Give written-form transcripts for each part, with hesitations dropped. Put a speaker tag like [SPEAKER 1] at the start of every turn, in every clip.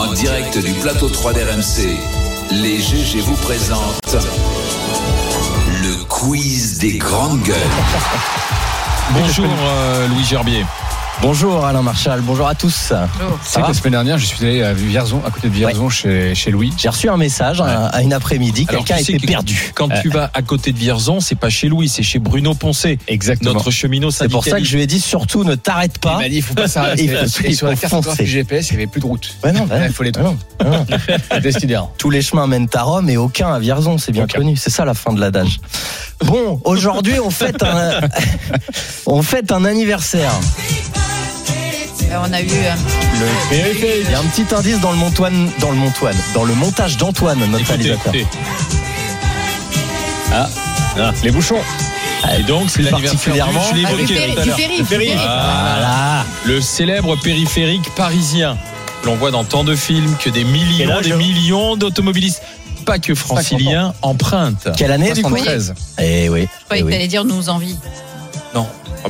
[SPEAKER 1] En direct du plateau 3 d'RMC, les GG vous présentent le quiz des grandes gueules.
[SPEAKER 2] Bonjour Louis Gerbier.
[SPEAKER 3] Bonjour Alain Marchal, bonjour à tous.
[SPEAKER 4] C'est que la semaine dernière, je suis allé à Vierzon, à côté de Vierzon, chez Louis.
[SPEAKER 3] J'ai reçu un message à une après-midi, quelqu'un était perdu.
[SPEAKER 2] Quand tu vas à côté de Vierzon, c'est pas chez Louis, c'est chez Bruno Poncet.
[SPEAKER 4] Exactement.
[SPEAKER 2] Notre cheminot
[SPEAKER 3] syndicaliste. C'est pour ça que je lui ai dit surtout ne t'arrête pas.
[SPEAKER 4] Il m'a dit il faut pas s'arrêter. Et sur la carte du GPS, il n'y avait plus de route.
[SPEAKER 3] Ouais, non,
[SPEAKER 4] il faut les trouver.
[SPEAKER 3] Tous les chemins mènent à Rome et aucun à Vierzon, c'est bien connu. C'est ça la fin de l'adage. Bon, aujourd'hui on fête un anniversaire.
[SPEAKER 5] On a eu
[SPEAKER 3] le périphérique. Il y a un petit indice dans le montage d'Antoine, notre réalisateur.
[SPEAKER 4] Les bouchons.
[SPEAKER 2] Et donc c'est l'anniversaire je l'ai évoqué tout à l'heure.
[SPEAKER 5] Du périphérique.
[SPEAKER 2] Voilà. Le célèbre périphérique parisien. L'on voit dans tant de films que des millions d'automobilistes, pas que franciliens, empruntent.
[SPEAKER 3] Quelle année du coup?
[SPEAKER 4] 13.
[SPEAKER 3] Eh oui.
[SPEAKER 5] Je croyais que t'allais dire nous envie.
[SPEAKER 2] Non.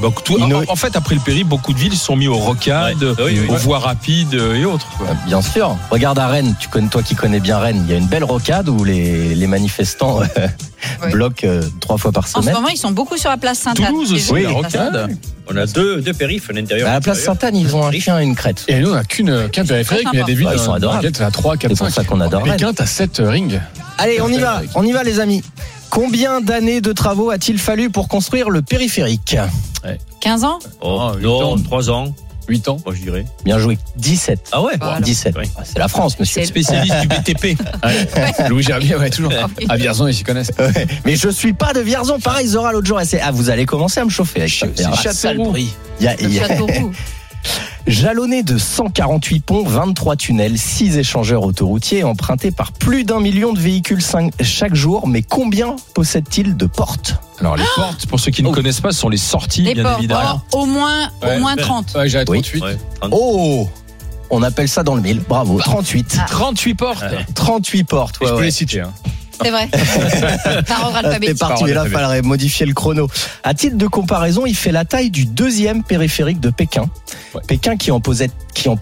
[SPEAKER 2] En fait, après le péri, beaucoup de villes sont mis aux rocades, aux voies rapides et autres.
[SPEAKER 3] Bien sûr. Regarde à Rennes, toi qui connais bien Rennes, il y a une belle rocade où les manifestants bloquent 3 fois par semaine.
[SPEAKER 5] En ce moment, ils sont beaucoup sur la place Sainte-Anne.
[SPEAKER 2] Toulouse aussi, la rocade.
[SPEAKER 6] On a deux périphes à l'intérieur.
[SPEAKER 3] À la place Sainte-Anne, ils ont un chien et une crête.
[SPEAKER 4] Et nous, on n'a qu'un périphérique, mais il y a des villes
[SPEAKER 3] qui sont adorables.
[SPEAKER 4] À 3, 4, 5.
[SPEAKER 3] C'est pour ça qu'on adore.
[SPEAKER 4] Pékin, t'as 7 rings.
[SPEAKER 3] Allez, on y va les amis. Combien d'années de travaux a-t-il fallu pour construire le périphérique?
[SPEAKER 5] 15 ans?
[SPEAKER 6] Non, 3 ans.
[SPEAKER 4] 8 ans,
[SPEAKER 6] moi je dirais.
[SPEAKER 3] Bien joué. 17.
[SPEAKER 6] Ah ouais,
[SPEAKER 5] voilà.
[SPEAKER 3] 17.
[SPEAKER 6] Oui.
[SPEAKER 3] C'est la France, monsieur.
[SPEAKER 2] Spécialiste du BTP.
[SPEAKER 4] Louis Gerbier, toujours. À Vierzon, ils s'y connaissent.
[SPEAKER 3] Mais je suis pas de Vierzon. Pareil, Zora l'autre jour. Vous allez commencer à me chauffer avec
[SPEAKER 2] c'est Châteauroux.
[SPEAKER 5] Châteauroux.
[SPEAKER 3] Jalonné de 148 ponts, 23 tunnels, 6 échangeurs autoroutiers empruntés par plus d'1 million de véhicules chaque jour. Mais combien possède-t-il de portes?
[SPEAKER 2] Alors les portes, pour ceux qui ne connaissent pas, ce sont les sorties,
[SPEAKER 5] les
[SPEAKER 2] bien
[SPEAKER 5] portes.
[SPEAKER 2] évidemment.
[SPEAKER 5] Alors, au moins 30.
[SPEAKER 4] Ouais, j'avais 38.
[SPEAKER 6] Ouais,
[SPEAKER 3] Oh, on appelle ça dans le mille. Bravo, 38.
[SPEAKER 2] 38 portes.
[SPEAKER 3] 38 portes.
[SPEAKER 4] Je peux les citer.
[SPEAKER 5] C'est vrai. Par ordre
[SPEAKER 3] C'est
[SPEAKER 5] alphabétique.
[SPEAKER 3] parti, mais là, il faudrait modifier le chrono. À titre de comparaison, il fait la taille du 2e périphérique de Pékin.
[SPEAKER 4] Ouais.
[SPEAKER 3] Pékin qui en possède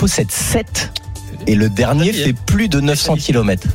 [SPEAKER 3] 7. Et le dernier fait plus de 900 km.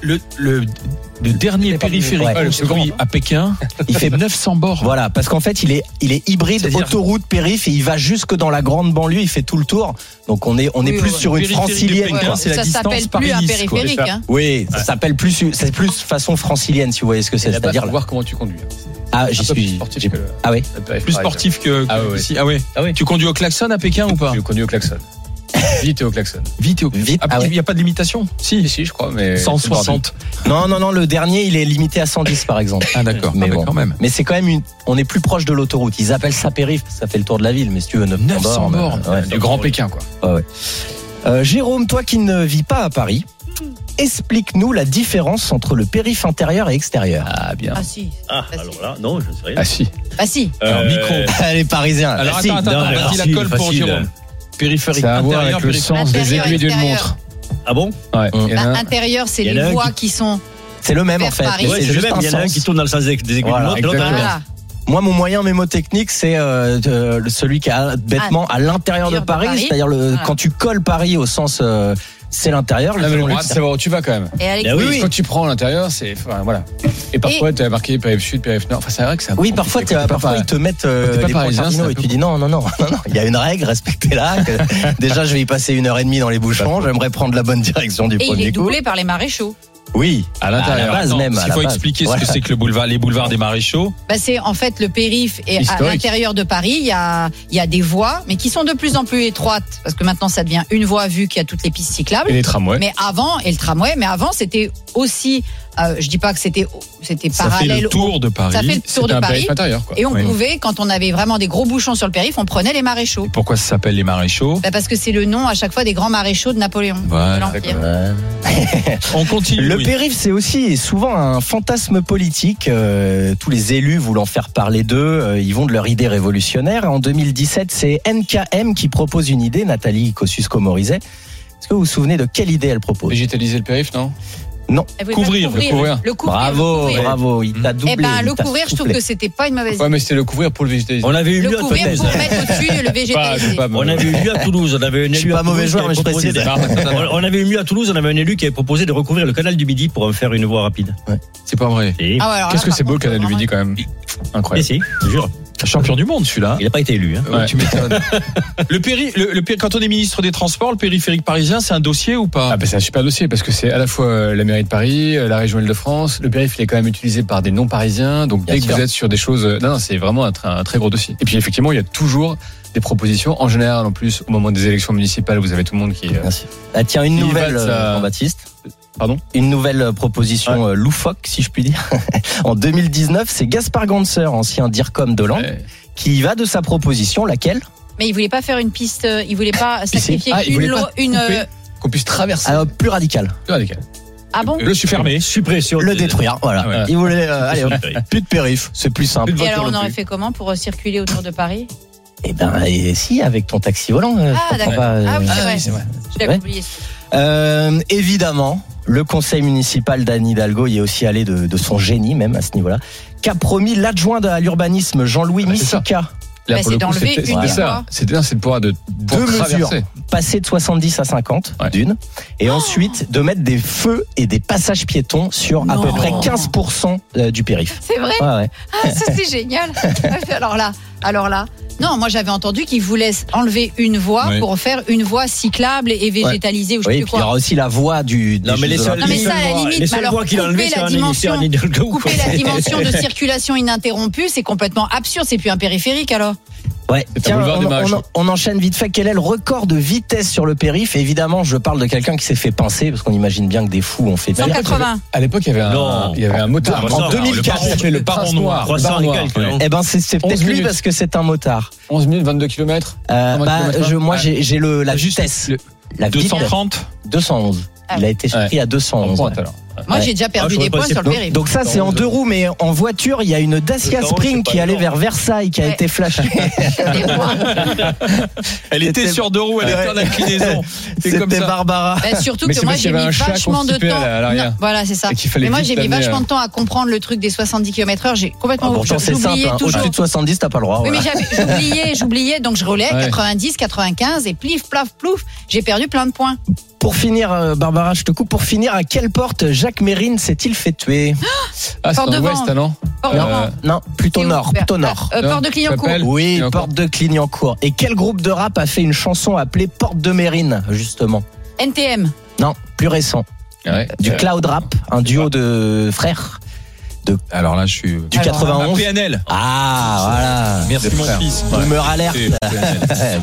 [SPEAKER 2] Le dernier périphérique à Pékin, il fait 900 bornes.
[SPEAKER 3] Voilà, parce qu'en fait, il est hybride autoroute périph et il va jusque dans la grande banlieue, il fait tout le tour. Donc on est plus sur une francilienne.
[SPEAKER 2] Pékin, c'est la
[SPEAKER 5] Ça
[SPEAKER 2] distance
[SPEAKER 5] s'appelle plus un
[SPEAKER 2] Paris-Nice,
[SPEAKER 5] périphérique.
[SPEAKER 3] Oui, ça s'appelle c'est plus façon francilienne, si vous voyez ce que c'est.
[SPEAKER 4] C'est-à-dire voir comment tu conduis.
[SPEAKER 3] Ah, j'y suis. Ah oui.
[SPEAKER 2] Plus sportif que ici. Ah oui. Tu conduis au klaxon à Pékin ou pas?
[SPEAKER 4] Je conduis au klaxon. Vite et au klaxon.
[SPEAKER 3] Vite.
[SPEAKER 2] Il n'y a pas de limitation?
[SPEAKER 4] Si, je crois, mais
[SPEAKER 2] 160.
[SPEAKER 3] Non, le dernier, il est limité à 110 par exemple.
[SPEAKER 2] Ah d'accord,
[SPEAKER 3] mais
[SPEAKER 2] quand même.
[SPEAKER 3] Mais c'est quand même on est plus proche de l'autoroute. Ils appellent ça périph, ça fait le tour de la ville, mais si tu veux
[SPEAKER 2] 900 bornes.
[SPEAKER 4] Du Grand Pékin, quoi.
[SPEAKER 3] Ouais. Jérôme, toi qui ne vis pas à Paris, explique-nous la différence entre le périph' intérieur et extérieur.
[SPEAKER 2] Ah bien.
[SPEAKER 5] Ah si.
[SPEAKER 6] Alors là, non, je ne sais rien.
[SPEAKER 4] Ah si.
[SPEAKER 5] Ah si.
[SPEAKER 2] Alors micro.
[SPEAKER 3] Les Parisiens.
[SPEAKER 2] Alors
[SPEAKER 3] si.
[SPEAKER 2] attends, vas-y la colle pour Jérôme. Périphérique
[SPEAKER 4] Ça a à voir
[SPEAKER 2] intérieur,
[SPEAKER 4] avec le sens des aiguilles d'une montre.
[SPEAKER 6] Ah bon?
[SPEAKER 4] Ouais.
[SPEAKER 5] Intérieur, c'est les voies qui sont.
[SPEAKER 3] C'est le même en fait.
[SPEAKER 5] Paris.
[SPEAKER 6] Ouais, c'est le même. Il y en a un qui tourne dans le sens des aiguilles d'une montre, l'autre.
[SPEAKER 5] Voilà.
[SPEAKER 3] Moi, mon moyen mémotechnique, c'est celui qui a bêtement à l'intérieur de Paris, c'est-à-dire quand tu colles Paris au sens, c'est l'intérieur.
[SPEAKER 4] Le but, c'est savoir où tu vas quand même.
[SPEAKER 5] Et
[SPEAKER 3] oui.
[SPEAKER 4] Quand tu prends l'intérieur, c'est voilà. Et parfois, tu as marqué périph' sud, périph' nord. Enfin, c'est vrai que c'est.
[SPEAKER 3] Oui, parfois ils te mettent des points cardinaux et tu dis non. Il y a une règle, respectez-la. Déjà, je vais y passer 1h30 dans les bouchons. J'aimerais prendre la bonne direction du
[SPEAKER 5] premier coup. Et il est
[SPEAKER 3] coup.
[SPEAKER 5] doublé par les maréchaux.
[SPEAKER 3] Oui,
[SPEAKER 2] à l'intérieur.
[SPEAKER 3] À la base même.
[SPEAKER 2] Il faut expliquer ce que c'est que les boulevards des maréchaux.
[SPEAKER 5] C'est en fait le périph' et à l'intérieur de Paris, il y a des voies, mais qui sont de plus en plus étroites parce que maintenant ça devient une voie vu qu'il y a toutes les pistes cyclables.
[SPEAKER 4] Et les tramways.
[SPEAKER 5] Mais avant c'était aussi. Je dis pas que c'était parallèle.
[SPEAKER 2] Ça fait le tour de Paris.
[SPEAKER 5] Ça fait le tour de Paris.
[SPEAKER 4] Intérieur, quoi.
[SPEAKER 5] Et on pouvait, quand on avait vraiment des gros bouchons sur le périph', on prenait les maréchaux.
[SPEAKER 2] Et pourquoi ça s'appelle les maréchaux?
[SPEAKER 5] Parce que c'est le nom à chaque fois des grands maréchaux de Napoléon.
[SPEAKER 2] Voilà.
[SPEAKER 5] De l'Empire.
[SPEAKER 2] On continue.
[SPEAKER 3] Le périph', c'est aussi souvent un fantasme politique. Tous les élus voulant faire parler d'eux, ils vont de leur idée révolutionnaire. En 2017, c'est NKM qui propose une idée, Nathalie Kosciusko-Morizet. Est-ce que vous vous souvenez de quelle idée elle propose?
[SPEAKER 4] Végétaliser le périph', non?
[SPEAKER 3] Non.
[SPEAKER 2] Couvrir.
[SPEAKER 5] Le couvrir.
[SPEAKER 3] Bravo. Il t'a doublé.
[SPEAKER 5] Le couvrir, je trouve que c'était pas une mauvaise idée.
[SPEAKER 4] Ouais, mais c'était le couvrir pour le végétalisme.
[SPEAKER 6] On avait eu
[SPEAKER 5] Le
[SPEAKER 6] lieu à
[SPEAKER 5] couvrir
[SPEAKER 6] Toulouse.
[SPEAKER 5] pour mettre au-dessus le végétalisé.
[SPEAKER 6] On avait eu lieu à Toulouse. On avait un élu.
[SPEAKER 3] Je suis pas mauvais joueur, mais je précise.
[SPEAKER 6] On avait eu lieu à Toulouse. On avait un élu qui avait proposé de recouvrir le canal du Midi pour en faire une voie rapide.
[SPEAKER 2] C'est pas vrai.
[SPEAKER 6] Et...
[SPEAKER 4] Qu'est-ce que c'est beau le canal du Midi quand même. Incroyable.
[SPEAKER 6] Si, je jure.
[SPEAKER 2] Champion du monde, celui-là.
[SPEAKER 6] Il n'a pas été élu. Hein.
[SPEAKER 2] Ouais, tu m'étonnes. Quand on est ministre des Transports, le périphérique parisien, c'est un dossier ou pas?
[SPEAKER 4] C'est un super dossier parce que c'est à la fois la mairie de Paris, la région Île-de-France. Le périph' il est quand même utilisé par des non-parisiens. Donc dès que vous êtes sur des choses, non, c'est vraiment un très gros dossier. Et puis effectivement, il y a toujours des propositions. En général, en plus, au moment des élections municipales, vous avez tout le monde qui.
[SPEAKER 3] Tiens, une nouvelle, Jean-Baptiste.
[SPEAKER 4] Pardon ?
[SPEAKER 3] Une nouvelle proposition loufoque, si je puis dire. En 2019, c'est Gaspard Ganser, ancien DIRCOM d'Hollande, qui va de sa proposition, laquelle ?
[SPEAKER 5] Mais il voulait pas faire une piste, il voulait pas sacrifier
[SPEAKER 4] qu'on puisse traverser.
[SPEAKER 3] Plus radical.
[SPEAKER 5] Ah bon ?
[SPEAKER 2] Le fermer.
[SPEAKER 6] Suppression.
[SPEAKER 3] Le détruire, voilà. Ouais. Il voulait, plus de périph', c'est plus simple.
[SPEAKER 5] Et alors on aurait fait comment pour circuler autour de Paris ?
[SPEAKER 3] Si, avec ton taxi volant.
[SPEAKER 5] D'accord. C'est vrai. Je l'avais oublié.
[SPEAKER 3] Évidemment, le conseil municipal d'Anne Hidalgo y est aussi allé de son génie, même à ce niveau-là, qu'a promis l'adjoint à l'urbanisme Jean-Louis Missika.
[SPEAKER 5] Là, c'est d'enlever une des voies.
[SPEAKER 4] C'est de pouvoir deux
[SPEAKER 3] mesures, passer de 70 à 50 d'une, et ensuite de mettre des feux et des passages piétons sur à peu près 15% du périph'.
[SPEAKER 5] C'est vrai ?
[SPEAKER 3] Ouais.
[SPEAKER 5] Ah, ça c'est génial. Alors là. Non, moi j'avais entendu qu'ils voulaient enlever une voie pour faire une voie cyclable et végétalisée ou je sais plus quoi.
[SPEAKER 3] Il y aura aussi la voie du.
[SPEAKER 6] Non, mais ça, à la limite,
[SPEAKER 5] les seules voies qu'il a enlevées, c'est un émission couper la dimension de circulation ininterrompue, c'est complètement absurde. C'est plus un périphérique alors.
[SPEAKER 3] Ouais. Tiens, on enchaîne vite fait. Quel est le record de vitesse sur le périph'? Évidemment, je parle de quelqu'un qui s'est fait pincer parce qu'on imagine bien que des fous ont fait.
[SPEAKER 5] 180.
[SPEAKER 4] À l'époque, il y avait un motard.
[SPEAKER 3] En 2004,
[SPEAKER 4] le Baron Noir.
[SPEAKER 3] C'est peut-être lui parce que c'est un motard.
[SPEAKER 4] 11 minutes, 22 km.
[SPEAKER 3] Moi, j'ai la vitesse.
[SPEAKER 2] La 230
[SPEAKER 3] 211. Il a été pris à 211.
[SPEAKER 5] Moi, j'ai déjà perdu des points sur le périph'.
[SPEAKER 3] Donc ça, c'est en 2 roues, mais en voiture, il y a une Dacia Spring qui allait vers Versailles, qui a été flashée.
[SPEAKER 2] Elle était sur 2 roues, elle était en inclinaison.
[SPEAKER 3] C'était Barbara.
[SPEAKER 5] Surtout que moi, j'ai mis vachement de temps. Voilà, c'est ça. Mais moi, j'ai mis vachement de temps à comprendre le truc des 70 km/h. J'ai complètement oublié.
[SPEAKER 3] Pourtant, c'est simple. Au-dessus de 70, t'as pas le droit.
[SPEAKER 5] Oui, mais j'oubliais, donc je roulais 90, 95 et plif, plaf, plouf. J'ai perdu plein de points.
[SPEAKER 3] Pour finir, Barbara, je te coupe. Pour finir, à quelle porte Jacques Mérine s'est-il fait tuer?
[SPEAKER 4] C'est dans l'ouest, non?
[SPEAKER 3] Non, plutôt nord.
[SPEAKER 5] Porte de Clignancourt.
[SPEAKER 3] Oui, porte de Clignancourt. Et quel groupe de rap a fait une chanson appelée Porte de Mérine, justement?
[SPEAKER 5] NTM.
[SPEAKER 3] Non, plus récent. Du cloud rap, un duo de frères.
[SPEAKER 2] Alors là, je suis
[SPEAKER 3] du 91.
[SPEAKER 2] PNL.
[SPEAKER 3] Ah, voilà.
[SPEAKER 2] Merci mon fils.
[SPEAKER 3] Humeur alerte.